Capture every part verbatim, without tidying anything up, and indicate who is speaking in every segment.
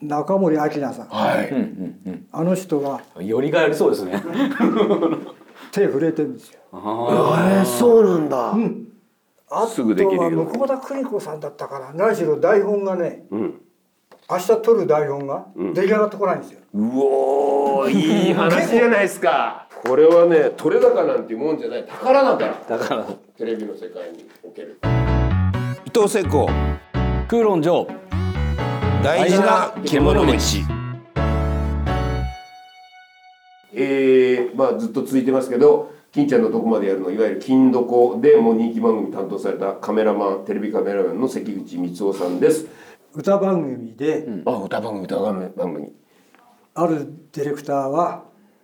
Speaker 1: 中森明菜さん、
Speaker 2: はい、
Speaker 3: うんうんうん、
Speaker 1: あの人が
Speaker 3: よりがありそうですね
Speaker 1: 手触れてるんですよ。
Speaker 2: あえそうなんだ、
Speaker 1: うん、あ
Speaker 2: すぐできるよ。
Speaker 1: とは向田邦子さんだったから、何しろ台本がね、
Speaker 2: うん、
Speaker 1: 明日撮る台本が出来上がってこないんですよ。
Speaker 2: うん、うおーいい話じゃないですかこれはね取れ高なんていうもんじゃない、宝だから
Speaker 3: だから
Speaker 2: テレビの世界における
Speaker 4: 伊藤聖子
Speaker 3: クーロン城
Speaker 4: 大事な獣道。
Speaker 2: えー、まあずっと続いてますけど、金ちゃんのとこまでやるのいわゆる金どこでも人気番組担当されたカメラマンテレビカメラマンの関口光雄さんです。
Speaker 1: 歌番組で、
Speaker 2: うん、あ歌番組歌番組
Speaker 1: あるディレクターは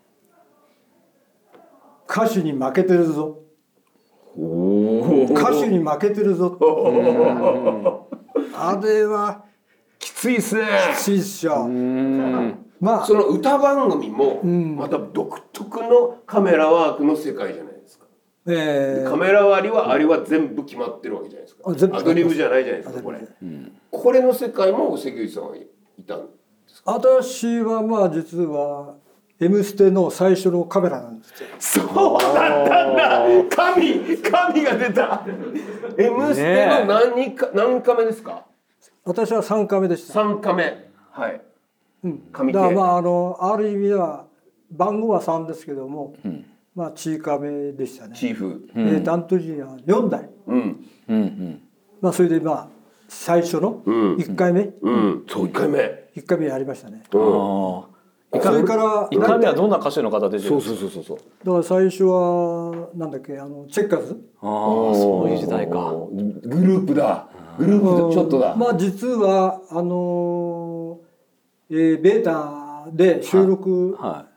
Speaker 1: 歌手に負けてるぞ、歌手に負けてるぞあれは
Speaker 2: きついっすね。
Speaker 1: きついっしょ。まあ
Speaker 2: その歌番組もまた独特のカメラワークの世界じゃないですか、えー、カメラ割りはあれは全部決まってるわけじゃないですか。アドリブじゃないじゃないですかこれ、うん、これの世界も関口さんはいたんですか。
Speaker 1: 私はまあ実は「M ステ」の最初のカメラなんですよ。
Speaker 2: そうだったんだ。神神が出た。「M ステ」の何か何カメですか。
Speaker 1: 私はさんカメでした。
Speaker 2: さんカメ、はい、
Speaker 1: うん、だからまああのある意味では番号はさんですけども、うん、まあチーカメでしたね。
Speaker 2: チーフ、
Speaker 1: うん、で担当陣はよんだい、うんうんうん、まあそれでまあ最初のいっかいめ、
Speaker 2: うんうん、そういっかいめ
Speaker 1: いっかいめやりましたね。
Speaker 3: あそ
Speaker 1: れから
Speaker 3: いっかいめはどんな歌手の方出てるんですか。
Speaker 2: そうそうそうそう。
Speaker 1: だから最初はなんだっけ、あのチェッカーズ。
Speaker 3: ああそういう時代か。
Speaker 2: グループだ。グループちょっとだ。
Speaker 1: まあ実はあのー、えー、ベータで収録、
Speaker 3: はいはい、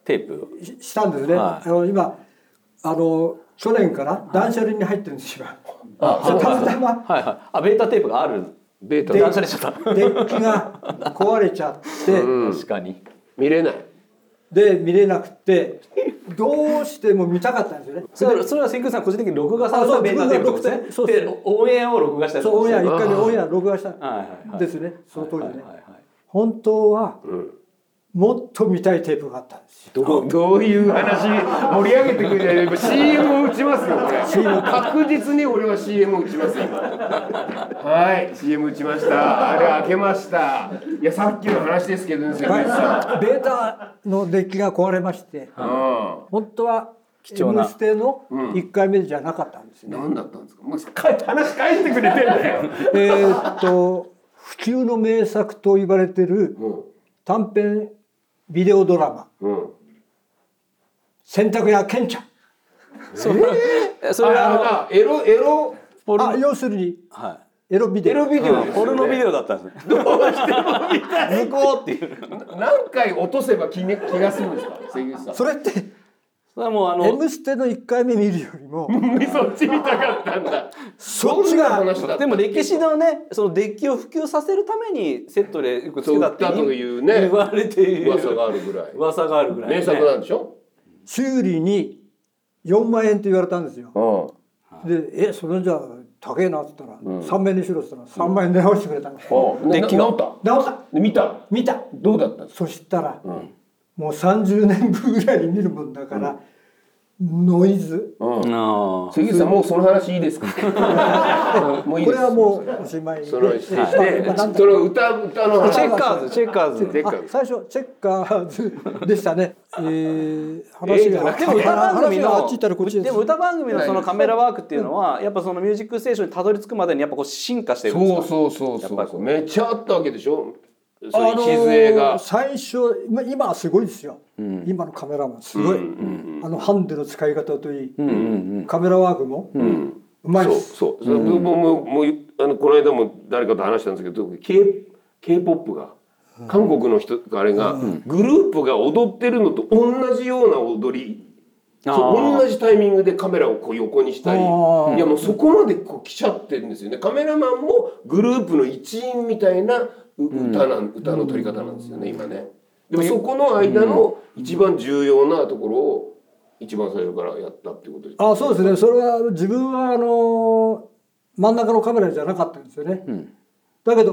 Speaker 3: テープ
Speaker 1: し, したんですね。はい、あの今あの去年から断捨離に入ってるんですよ。
Speaker 3: ああたまたま、はいはい、あベータテープがある。ベータ断捨離しちゃった。
Speaker 1: デッキが壊れちゃって、
Speaker 3: うん、確かに
Speaker 2: 見れない。
Speaker 1: で見れなくてどうしても見たかったんですよね。
Speaker 3: それ, それは関口さん個人的に録画されたベータテープですね。そうでオンエアを録画したやつですね。
Speaker 1: そうオンエアいっかいでオンエア録画したんですね。その当時ね。本当は、うん、もっと見たいテープがあったんですよ。
Speaker 2: どう、どういう話盛り上げてくれる。 シーエム を打ちますよこれ。シーエム 確実に俺は シーエム を打ちます今。はい シーエム 打ちました。あれ開けました。いやさっきの話ですけどね、
Speaker 1: はい、ベータのデッキが壊れまして、うん、本当は貴重な M ステのいっかいめじゃなかったんですね。
Speaker 2: 何だったんですか。もう話返してくれてんだよ。
Speaker 1: えっと不朽の名作と言われてる短編ビデオドラマ、うん、洗濯屋ケンちゃん。
Speaker 3: それ、えー、それは
Speaker 2: エロエロ
Speaker 1: あ要するに、はい、エロビデオ。
Speaker 2: エロビデオですよね。
Speaker 3: ポルノビデオだったんですね。
Speaker 2: どうしても見たい。
Speaker 3: 向こうっていう。
Speaker 2: 何回落とせば気, 気が済むんですか関口さん。
Speaker 1: それって
Speaker 3: それはもうあの
Speaker 1: M ステのいっかいめ見るよりも
Speaker 2: そっち見たかったんだ。
Speaker 1: そっちが話
Speaker 3: だ。でも歴史のねそのデッキを普及させるためにセットでよくつけたっていうね言われている
Speaker 2: 噂があるぐらい。
Speaker 3: 噂があるぐらい、ね。
Speaker 2: 名作なんでしょ。
Speaker 1: 修理によんまんえんって言われたんですよ。うん、でえそれじゃあ高えなって言ったら、うん、さんまんえんにしろって言ったらさんまんえんで直してくれたんです。
Speaker 2: うん、デッキ直った
Speaker 1: 直った
Speaker 2: 見た
Speaker 1: 見た
Speaker 2: どうだった。
Speaker 1: そしたら、うん、もうさんじゅうねんぶんぐらいに見るもんだから、うんノイズ。
Speaker 2: うん。関口さんもうその話いいですか。
Speaker 1: もういいです。これはもうおしまいで。
Speaker 2: そのして、その歌歌の
Speaker 3: チェッカーズチェッカーズ。
Speaker 1: 最初チェッカーズでしたね。えー、話が
Speaker 3: でも歌番組の
Speaker 1: あっち行ったらこっちです。
Speaker 3: でも歌番組のそのカメラワークっていうのはやっぱそのミュージックステーションにたどり着くまでにやっぱこう進化してるんですか。
Speaker 2: そうそうそうそう。めっちゃあったわけでしょ。その礎が、あのー、
Speaker 1: 最初今はすごいですよ、うん、今のカメラマンすごい、うんうん、あのハンデの使い方といい、うんうんうん、カメラワークも、うん、うまいです。
Speaker 2: そうそう、うん、もうもうもうあのこの間も誰かと話したんですけど K、K-ポップ が韓国の人あれが、うん、グループが踊ってるのと同じような踊り、そう同じタイミングでカメラをこう横にしたり、いやもうそこまでこう来ちゃってるんですよね。カメラマンもグループの一員みたいな歌なん、歌の撮り方なんですよね今ね。でもそこの間の一番重要なところを一番最初からやったってことです。
Speaker 1: あ、そうですね。それは自分はあの真ん中のカメラじゃなかったんですよね、うん、だけど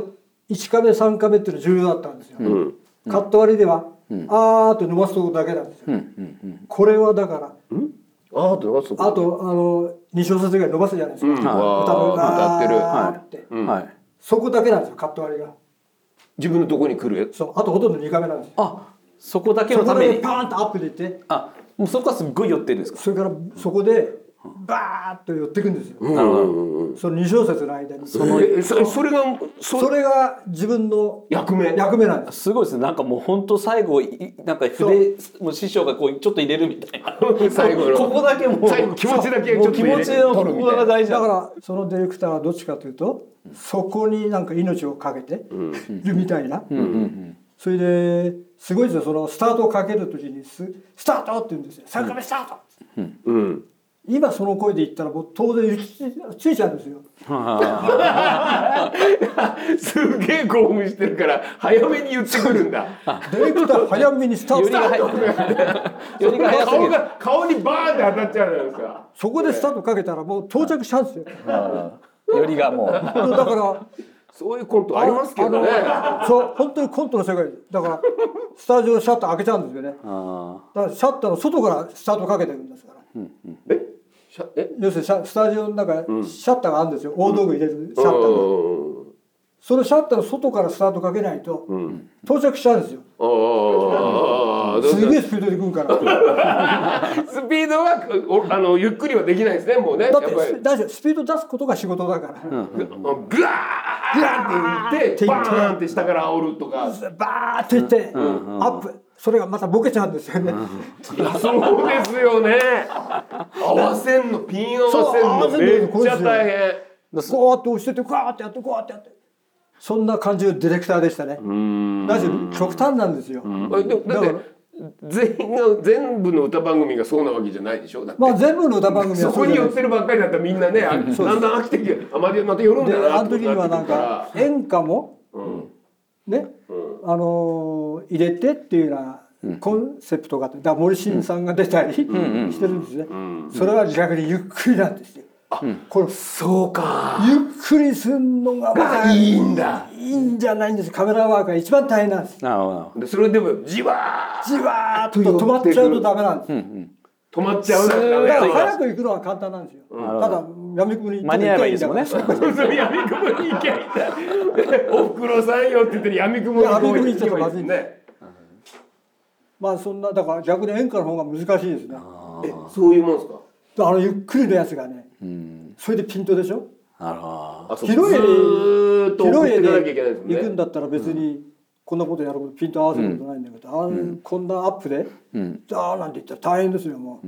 Speaker 1: いちカメさんカメっていうのが重要だったんですよ、うん、カット割りでは、うん、あーっと伸ばすとこだけなんですよ、うんうんうん、これはだから、うん、
Speaker 2: あーっと伸ばすとこ
Speaker 1: あとあのに小節ぐらい伸ばすじゃないですか、うん、歌
Speaker 2: の歌ってる、
Speaker 1: あーって、はい、そこだけなんですよカット割りが
Speaker 2: 自分のとこに来る。
Speaker 1: そうあとほとんどにカメなんですよ。
Speaker 3: あそこだけのために
Speaker 1: そこでパーンとアップでいって、
Speaker 3: あもうそこはすっごい寄ってるんですか。
Speaker 1: それからそこでバーッと寄っていくんですよ、なるほど。そのに小節の間に
Speaker 2: そのえそそれが
Speaker 1: そそれが自分の
Speaker 2: 役目
Speaker 1: 役目なんです。
Speaker 3: すごいですね。なんかもう本当最後なんか筆もう師匠がこうちょっと入れるみたいな最後のここだけもう
Speaker 2: 最後気持ちだけちょっと
Speaker 3: 気持ちのここが大事
Speaker 1: だからそのディレクターはどっちかというと、うん、そこになんか命をかけているみたいな、うんうんうん、それですごいですよ。そのスタートをかけるときにス「スタート!」って言うんですよ。さんカメスタート、うんうん、今その声で言ったらもう当然ついちゃうんですよ
Speaker 2: すげえ興奮してるから早めに言ってくるんだ
Speaker 1: ディレクター早めにスタート
Speaker 2: よりが早すぎる顔が顔にバーンって当たっちゃうじゃないですか。
Speaker 1: そこでスタートかけたらもう到着したんですよ
Speaker 3: よりがもうだ
Speaker 1: から
Speaker 2: そういうコントありますけどね。
Speaker 1: そう本当にコントの世界だからスタジオのシャッター開けちゃうんですよね。だからシャッターの外からスタートかけてるんですから、うんうん、ええ要するにスタジオの中にシャッターがあるんですよ、うん、大道具入れるシャッターが、うん、そのシャッターの外からスタートかけないと、うん、到着しちゃうんですよ。あすげえスピードで来るから
Speaker 2: スピードはあのゆっくりはできないですね。もうね
Speaker 1: だって大丈夫スピード出すことが仕事だから、うん、グワーグワ
Speaker 2: ーって言ってバーンって下から煽るとか
Speaker 1: バーって言って、うん、アップそれがまたボケちゃうんですよね、うん、
Speaker 2: そうですよね。合わせんのピン合わせんのめっちゃ大変。
Speaker 1: こうやって押しててこうやってやってこうやってやってそんな感じのディレクターでしたね。だし極端なんですよ。
Speaker 2: だって全員が全部の歌番組がそうなわけじゃないでしょ。だって
Speaker 1: まあ全部の歌番組は
Speaker 2: そこに寄ってるばっかりだったらみんなねだんだん飽きてきてあまりまた寄るんだな
Speaker 1: あの時にはなんか演歌も、うん、ね、うん、あの入れてっていうようなコンセプトがあってだから森進さんが出たりしてるんですね、うんうん、それは逆にゆっくりなんですよ。
Speaker 2: あ、これそうか
Speaker 1: ゆっくりするのがまた
Speaker 2: いいんだ
Speaker 1: いいんじゃないんです。カメラワークが一番大変なんです。
Speaker 2: なるほど。でそれでもじわ
Speaker 1: ーじわーっと止まっちゃうとダメなんです、うんうん、
Speaker 2: 止まっちゃうだ
Speaker 1: から早く行くのは簡単なんですよ、うん、ただ闇雲に
Speaker 3: 間に合えばいいですもんね。
Speaker 2: そうそう闇雲に行けばいいんだおふくろさんよって言ってる闇雲に
Speaker 1: 闇雲に行っちゃうとまずいんですね。まあそんなだから逆に演歌の方が難しいですね。
Speaker 2: えそういうもんですか。
Speaker 1: あのゆっくりのやつがね、うん、それでピントでしょ。
Speaker 3: あ
Speaker 2: あ広いに広いに
Speaker 1: 行くんだったら別にこんなことやることピント合わせることないんだけど、うん、あこんなアップで、うん、あーなんて言ったら大変ですよもう、うん、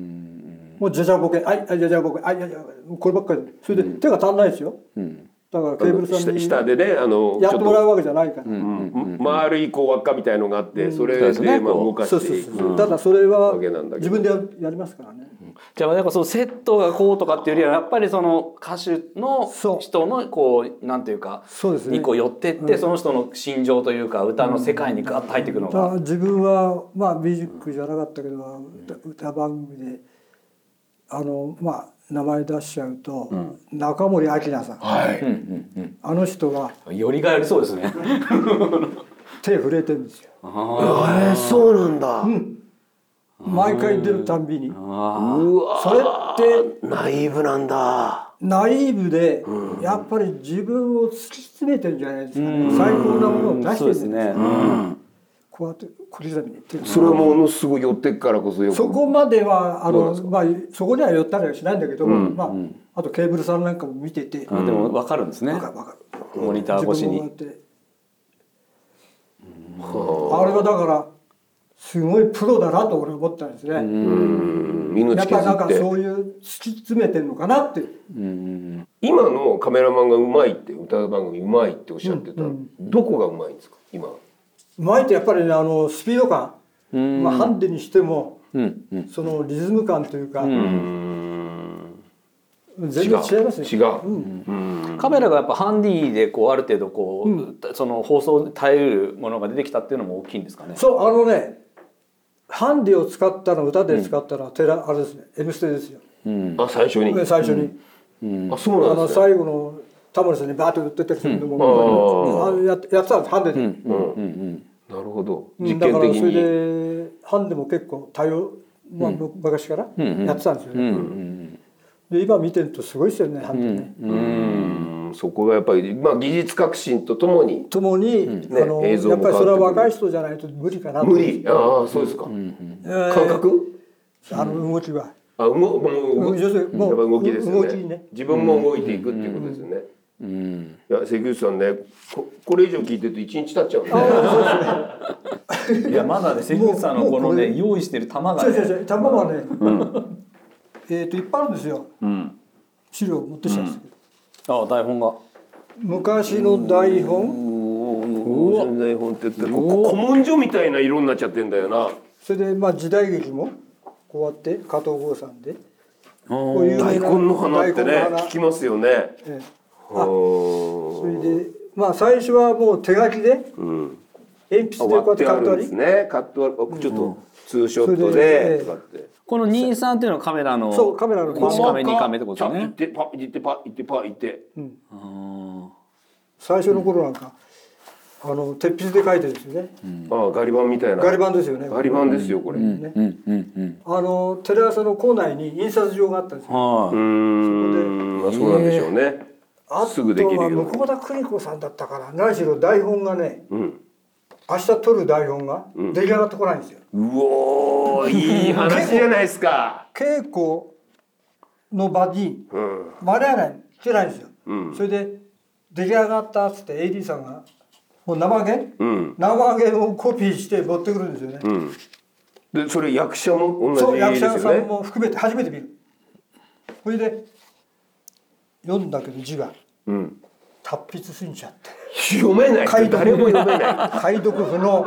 Speaker 1: もうじゃじゃボケあいあいじゃじゃボケあいじゃじゃこればっかりでそれで手が足んないですよ、うん、だからケーブルさんに
Speaker 2: 下でねあの
Speaker 1: やってもらうわけじゃないから、
Speaker 2: うん、丸いこう輪っかみたいのがあって、うん、それでまあ動かしていく。
Speaker 1: ただそれは自分でやりますからね。
Speaker 3: じゃあなんかそのセットがこうとかっていうよりはやっぱりその歌手の人のこうなんていうかにこう寄ってってその人の心情というか歌の世界にガッと入っていくのが、
Speaker 1: うん、自分はまあミュージックじゃなかったけど歌番組であのまあ名前出しちゃうと、うん、中森明菜さん、はい、あの人が
Speaker 3: よりがやりそうですね
Speaker 1: 手震えてるんですよ。
Speaker 2: ああそうなんだ、うん
Speaker 1: 毎回出るたんびに。
Speaker 2: うわ
Speaker 1: それって
Speaker 2: ナイーブなんだ。
Speaker 1: ナイーブでやっぱり自分を突き詰めてるんじゃないですかね。最高なものを出してるんですね。こうやって小刻みに言って
Speaker 2: それはものすごい寄ってくからこそよく
Speaker 1: そこまではあのまあそこには寄ったりはしないんだけど、うんまあ、うん、あとケーブルさんなんかも見てて、
Speaker 3: うん、でも分かるんですね。
Speaker 1: 分かる分かる。
Speaker 3: モニター越しに。
Speaker 1: あれはだからすごいプロだなと俺は思ったんですね。うんやっぱりなんかそういう突き詰めてるのかなって。うん
Speaker 2: 今のカメラマンがうまいって歌番組うまいっておっしゃってた、うんうん、どこがうまいんですか今。
Speaker 1: うまいってやっぱりねあのスピード感、まあ、ハンデにしても、うんうん、そのリズム感というか、うん、全然違いますね。
Speaker 2: 違う、うん
Speaker 3: うん、カメラがやっぱハンディでこうある程度こう、うん、その放送に耐えるものが出てきたっていうのも大きいんですかね。
Speaker 1: そうあのねハンディを使ったら歌で使ったらテラ、うん、あれですね「N ステ」ですよ、
Speaker 2: うん、あ最初に
Speaker 1: 最初に、
Speaker 2: うん、あそうなんですね。
Speaker 1: あの最後のタモリさんにバーッと売ってたりするのも、ああやってやってたんですハンデで。
Speaker 2: なるほど。
Speaker 1: 実験的に。だからそれでハンデも結構多様、まあ、昔からやってたんですよね。で今見てるとすごいですよねハンデね。
Speaker 2: うんそこがやっぱり、まあ、技術革新とともに
Speaker 1: ともに、ね、あのやっぱりそれは若い人じゃないと無理かなと。
Speaker 2: 無理。ああそうですか。感覚？
Speaker 1: あの動きは。
Speaker 2: あ動もう
Speaker 1: 要するにもう
Speaker 2: 動きですよね。
Speaker 1: ね
Speaker 2: 自分も動いていくっていうことですよね。うん、いや関口さんね こ, これ以上聞いてると一日経っちゃうん
Speaker 3: でいやまだね関口さんのこのね用意してる玉がね
Speaker 1: 玉がね、うん、えっといっぱいあるんですよ、うん、資料持ってきたんですけど、
Speaker 3: うん、あ台本が
Speaker 1: 昔の台本
Speaker 2: 昔の台本って言って古文書みたいな色になっちゃってんだよな。
Speaker 1: それでまあ時代劇もこうやって加藤剛さんで
Speaker 2: こういう大根の花ってね聞きますよね、ええ
Speaker 1: あそれでまあ最初はもう手書きで、うん、鉛筆でこうやってカット割り、
Speaker 2: ね、カット割りちょっとツーショットで、うん、
Speaker 3: このにじゅうさんっていうのはカメラの
Speaker 1: そうカメラのいち
Speaker 3: カメにカメってことね。
Speaker 2: 行ってパ行ってパ行ってパ行って、うん、
Speaker 1: 最初の頃なんか、うん、あの鉄筆で書いてるんですよね、
Speaker 2: うん、ああガリ版みたいな
Speaker 1: ガリ版ですよね。
Speaker 2: ガリ版ですよこれ、うん
Speaker 1: ねうんうんうん、あのテレ朝の構内に印刷所があったんですよ、はあ、
Speaker 2: うーんそこで、まあ、そうなんでしょうね。
Speaker 1: あとは向田邦子さんだったから何しろ台本がね、うん、明日撮る台本が出来上がってこないんですよ、
Speaker 2: うん、うおーいい話じゃないですか。
Speaker 1: 稽古の場に間に合わない来てないんですよ、うん、それで出来上がったっつって エーディー さんがもう生原、うん、生原をコピーして持ってくるんですよね、うん、
Speaker 2: でそれ役者も同じですよね。
Speaker 1: そう役者さんも含めて初めて見る。それで読んだけど字が、うん、達筆すぎちゃって
Speaker 2: 読めない。誰も読めない
Speaker 1: 解読不能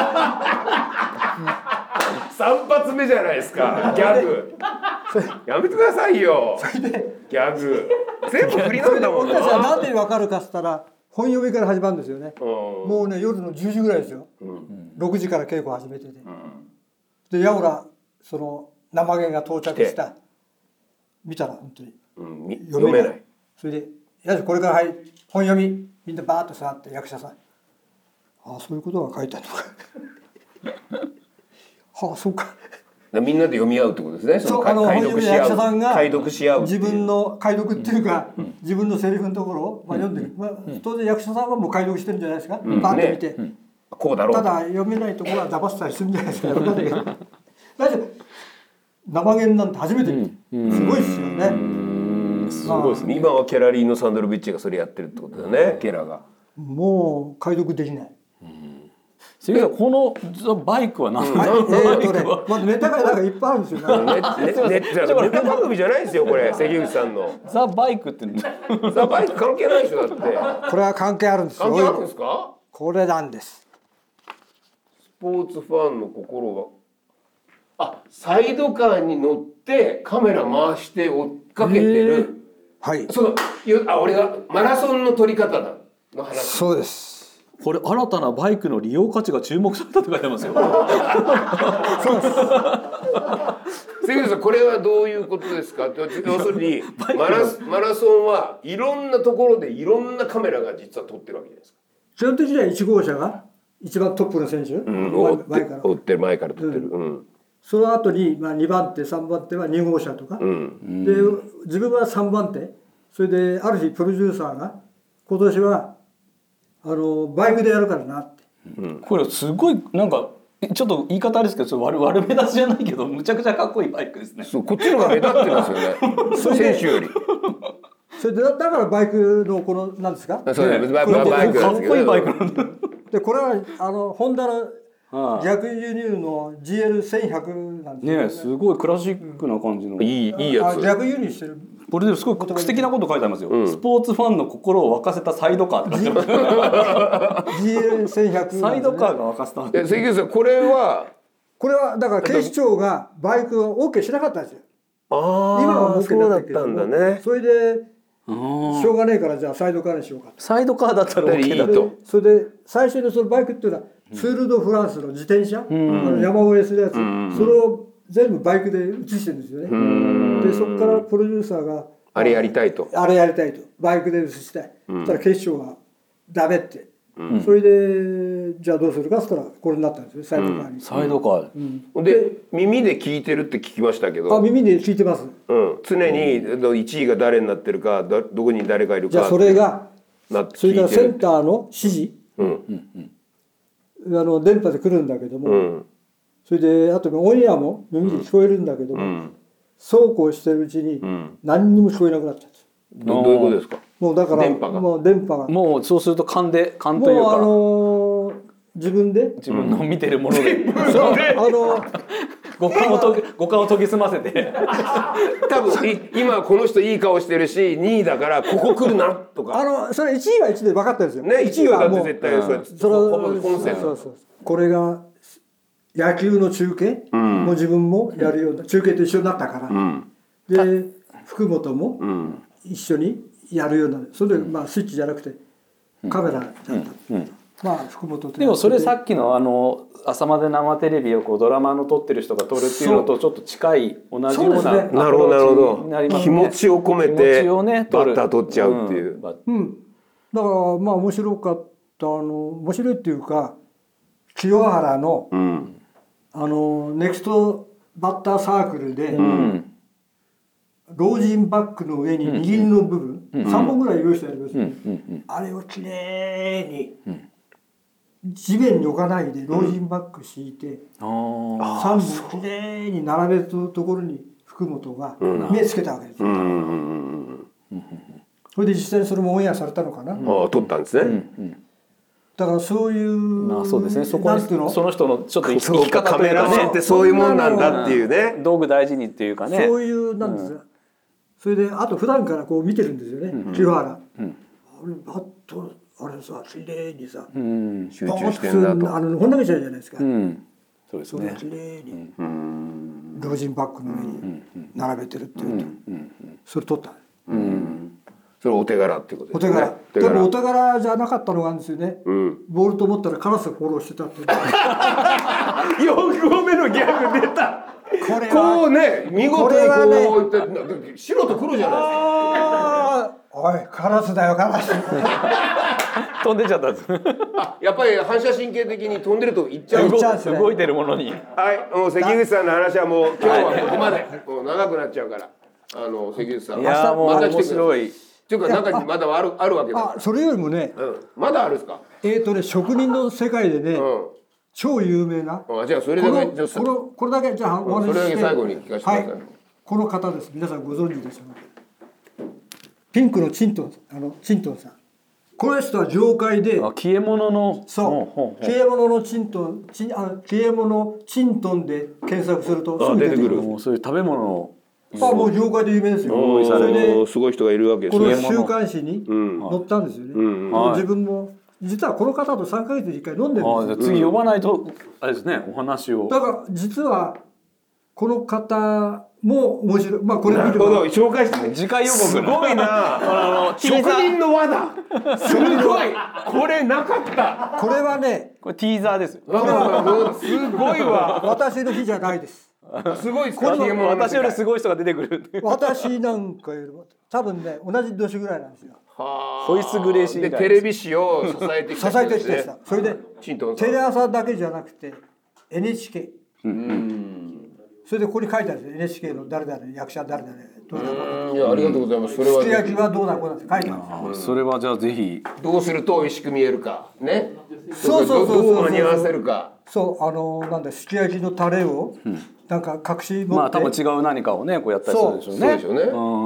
Speaker 2: 三発目じゃないですかギャグやめてくださいよ。それでギャグ全部振りなんだもんな。
Speaker 1: 俺たちは何で分かるかっつったら本読みから始まるんですよね、うん、もうね夜のじゅうじぐらいですよ、うん、ろくじから稽古始めてて、うん、でやおらその生原が到着した見たら本当に、うん、読めない。それでやはりこれからはい本読みみんなバーッと座って役者さんああそういうことが書いてあるのかはあそうか
Speaker 2: みんなで読み合うってことですね。
Speaker 1: そうあの本読みの役者さんが
Speaker 2: 解読し合う
Speaker 1: 自分の解読っていうか、うん、自分のセリフのところを、まあ、読んでる、まあ、当然役者さんはもう解読してるんじゃないですか、うん、バーッと見て、ねうん、
Speaker 2: こうだろう
Speaker 1: ただ読めないところは騙したりするんじゃないですか大丈夫生原なんて初めて見て、うん、すごいですよね。
Speaker 2: すごいですね。今はキャラリーノ・サンドロビッチがそれやってるってことだね。キャラが
Speaker 1: もう解読できない。
Speaker 3: それこのバイクは何？
Speaker 1: えーとね、まずネタがなんかいっぱいあるんですよ。
Speaker 2: ネタ番組じゃないですよこれ関口さんの。
Speaker 3: ザ・バイクって
Speaker 2: ザ・バイク関係ないでしょだって。
Speaker 1: これは関係あるんですよ。
Speaker 2: 関係あるんですか？
Speaker 1: これなんです。
Speaker 2: スポーツファンの心があサイドカーに乗ってカメラ回して追っかけてる。
Speaker 1: はい。
Speaker 2: そのあ俺がマラソンの撮り方だの話。
Speaker 1: そうです。
Speaker 3: これ新たなバイクの利用価値が注目されたと書いてますよ。
Speaker 1: そうです。
Speaker 2: 関口さんこれはどういうことですか。要するにマラマラソンはいろんなところでいろんなカメラが実は撮ってるわけじゃないですか。
Speaker 1: 基本的にはいち号車が一番トップの選手、うん、
Speaker 2: 追って追ってる前から撮ってる。うん
Speaker 1: うんその後に、まあ、にばん手さんばん手はに号車とか、うん、で自分はさんばん手それである日プロデューサーが今年はあのバイクでやるからなって、
Speaker 3: うん、これすごいなんかちょっと言い方あれですけど悪悪目立ちじゃないけどむちゃくちゃかっこいいバイクですね。
Speaker 2: そうこっちの方が目立ってますよね選手より。
Speaker 1: それでだからバイクのこのなんですか
Speaker 2: そうねバイク
Speaker 3: かっこいいバイクなんだ。
Speaker 1: でこれはあのホンダの逆輸入の ジーエルせんひゃく なんですよ
Speaker 3: ね, ねすごいクラシックな感じの、
Speaker 2: うん、いいいいやつ。
Speaker 1: 逆輸入してる。
Speaker 3: これですごい素敵なこと書いてありますよ、うん、スポーツファンの心を沸かせたサイドカーって書いてます
Speaker 1: ジーエルせんひゃく、ね、
Speaker 3: サイドカーが沸かせた。
Speaker 2: え関口さんこれは
Speaker 1: これはだから警視庁がバイクを OK しなかったんですよ。
Speaker 2: あ
Speaker 1: 今は OK
Speaker 2: だったけどそうだったんだね。
Speaker 1: それでしょうがないからじゃあサイドカーにしようかと。
Speaker 3: サイドカーだったら OK だと。
Speaker 1: それで最初のそのバイクっていうのはツール・ド・フランスの自転車、うん、あの山越えするやつ、うん、それを全部バイクで写してるんですよね。でそこからプロデューサーが
Speaker 2: あれやりたいと
Speaker 1: あれやりたいとバイクで写したい、うん、そしたら警視庁がダメって、うん、それでじゃあどうするかっつったらこれになったんですよ、サイドカーに、うん、
Speaker 3: サイドカー、
Speaker 2: うん、で耳で聞いてるって聞きましたけど。
Speaker 1: あ、耳で聞いてます、
Speaker 2: うん、常にいちいが誰になってるか、どこに誰がいるか、
Speaker 1: じゃあそれがそれからセンターの指示、うんうん、あの電波で来るんだけども、うん、それであとオンエアも耳で聞こえるんだけども、うん、そうこうしてるうちに何にも聞こえなくなっちゃった。
Speaker 2: ど, どういうことですか？
Speaker 1: もうだから
Speaker 2: 電波が
Speaker 1: もう電波が
Speaker 3: もうそうすると勘で勘というか
Speaker 1: もうあのー、自分で
Speaker 3: 自分の見てるもので、うん、
Speaker 1: そうあの
Speaker 3: 五感をと五感を研ぎ澄ませて
Speaker 2: 多分今この人いい顔してるしにいだからここ来るなとか
Speaker 1: あのそれいちいはいちいで分かったんですよ
Speaker 2: ね。いちいはだって絶対、うん、それそれほぼ本線。
Speaker 1: そうそうこれが野球の中継、うん、もう自分もやるような、うん、中継と一緒になったから、うん、で福本も、うん一緒にやるような、それでまあスイッチじゃなくてカメラだった、うんうんうん、まあ福本
Speaker 3: でもそれさっきのあの朝まで生テレビをこうドラマの撮ってる人が撮るっていうのとちょっと近い同じようなアプローチになりますね。
Speaker 2: 気持ちを込めてバッター撮っちゃうっていう、
Speaker 1: うんうん、だからまあ面白かったあの面白いっていうか清原の、うん、あのネクストバッターサークルで、うん老人バッグの上に握りの部分、うん、さんぼんぐらい用意してあります、うん、あれをきれいに地面に置かないで老人バッグ敷いて、うん、さんぼんきれいに並べたところに福本が目つけたわけですよ、うん、それで実際にそれもオンエアされたのかな、うん、
Speaker 2: あ撮ったんですね、うん、
Speaker 1: だからそういう
Speaker 3: まあそうですね、そこにその人のちょっと生き方
Speaker 2: カメラマンってそういうもんなんだっていうね、
Speaker 3: 道具大事にっていうかね、
Speaker 1: そういうなんですよ、うんそれであと普段からこう見てるんですよね、うん、清原、うん、あれバッとあれさきれいにさ、うん、
Speaker 2: 集中してんだと
Speaker 1: あのこんなけじゃないじゃないですか、うん、
Speaker 3: そうですね、
Speaker 1: それきれいに、うん、老人バッグの上に並べてるっていうと、うん、それ撮った、うん、
Speaker 2: それお手柄っていうことですね。
Speaker 1: お手柄でもお手柄じゃなかったのがあるんですよね、うん、ボールと思ったらカラスがフォローしてたって
Speaker 2: よんごめのギャグ出た。これこうね見事にこう、ね、白と黒じゃないですか。
Speaker 1: おいカラスだよカラス
Speaker 3: 飛んでっちゃったんです
Speaker 2: やっぱり反射神経的に飛んでるといっちゃう。
Speaker 3: 動いてるものに。
Speaker 2: はいもう関口さんの話はもう今日はここまで、はい、もう長くなっちゃうからあの関口さん
Speaker 3: いやもうまた来てください。面白い
Speaker 2: っていうか中にまだあるあるわけだ。
Speaker 1: あそれよりもね、うん、
Speaker 2: まだあるんですか。
Speaker 1: えーとね職人の世界でね、うん超有名な
Speaker 2: あじゃあそれだけ
Speaker 1: このこのこれだけじゃあお話しして、
Speaker 2: それだけ最後に聞かせてください、はい、
Speaker 1: この方です。皆さんご存知でしょうか。ピンクのチントンあのチントンさんこの人は業界で
Speaker 3: あ消え物の
Speaker 1: そう消え物のチントンチンあ消え物チントンで検索するとすぐ出てくる。
Speaker 3: もうそういう食べ物の
Speaker 1: あもう業界で有名ですよ。
Speaker 2: それですごい人がいるわけですね。
Speaker 1: この週刊誌に載ったんですよね、うんうん、自分も実はこの方とさんかげつにいっかい飲んでるんですよ。
Speaker 3: 次呼ばないとあれですねお話を。
Speaker 1: だから実はこの方も面白い。まあこれ見る
Speaker 2: ほど紹介して
Speaker 3: 次回予告
Speaker 2: すごいな職人の輪だすごいこれなかった
Speaker 1: これはね
Speaker 3: これティーザーです。
Speaker 2: すごいわ
Speaker 1: 私の日じゃないです。
Speaker 2: すごいです
Speaker 3: か。私よりすごい人が出てくる。
Speaker 1: 私なんかよりも多分ね同じ年ぐらいなんですよ。
Speaker 3: ホイスグレーシー
Speaker 2: でテレビ誌を支えてきた
Speaker 1: 支えてきてさそれでテレ朝だけじゃなくて エヌエイチケー うんそれでここに書いてあるんですよ エヌエイチケー の誰々役者誰々どうだこうだ。
Speaker 2: いやありがとうございます。それは
Speaker 1: すき焼きはどうだこうだって書いてある。
Speaker 3: それはじゃあぜひ
Speaker 2: どうすると美味しく見えるかね。
Speaker 1: そうそうそう
Speaker 2: どう間に合わせるか。
Speaker 1: そうあのなんだすき焼きのタレをなんか隠し持って
Speaker 3: まあ多分違う何かをねこうやったりするでしょうね。
Speaker 2: そうでしょうね。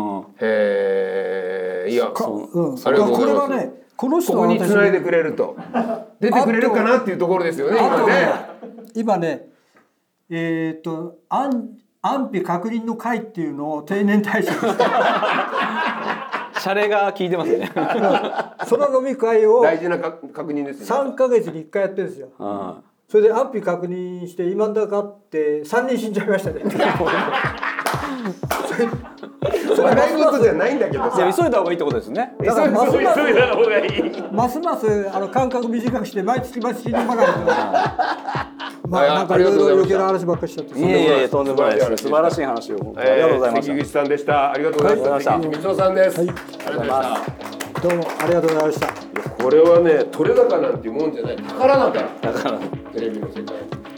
Speaker 3: へ
Speaker 2: えいや
Speaker 1: そうありがとうございます。これはねこの人
Speaker 2: ここに繋いでくれると出てくれるかなっていうところですよね今ね。
Speaker 1: 今ねえっと安安否確認の会っていうのを定年退職して
Speaker 3: シャレが効いてますね
Speaker 1: その飲み会を
Speaker 2: 大事な確認ですね。
Speaker 1: さんかげつにいっかいやってるんですよ。ああそれで安否確認して今だかってさんにん死んじゃいましたね
Speaker 2: それ大事じゃないんだけどさ
Speaker 3: 急いだ方がいいってことですね。
Speaker 2: だからますます急いだ方がいい
Speaker 1: ますますあの間隔短くして毎月毎月飲まないとまあなんかいろいろ余計な話ばっかりしちゃって。
Speaker 3: いえいえ、とんでもないです。素晴らしい話を本当にありがとうございました。
Speaker 2: 関口さんでした。ありがとうございました。関口光雄さんです。
Speaker 1: はい、
Speaker 2: ありがとうございました。
Speaker 1: どうもありがとうございました。
Speaker 2: これはね、取れ高なんていうもんじゃない。宝なんだ。テレビの世界。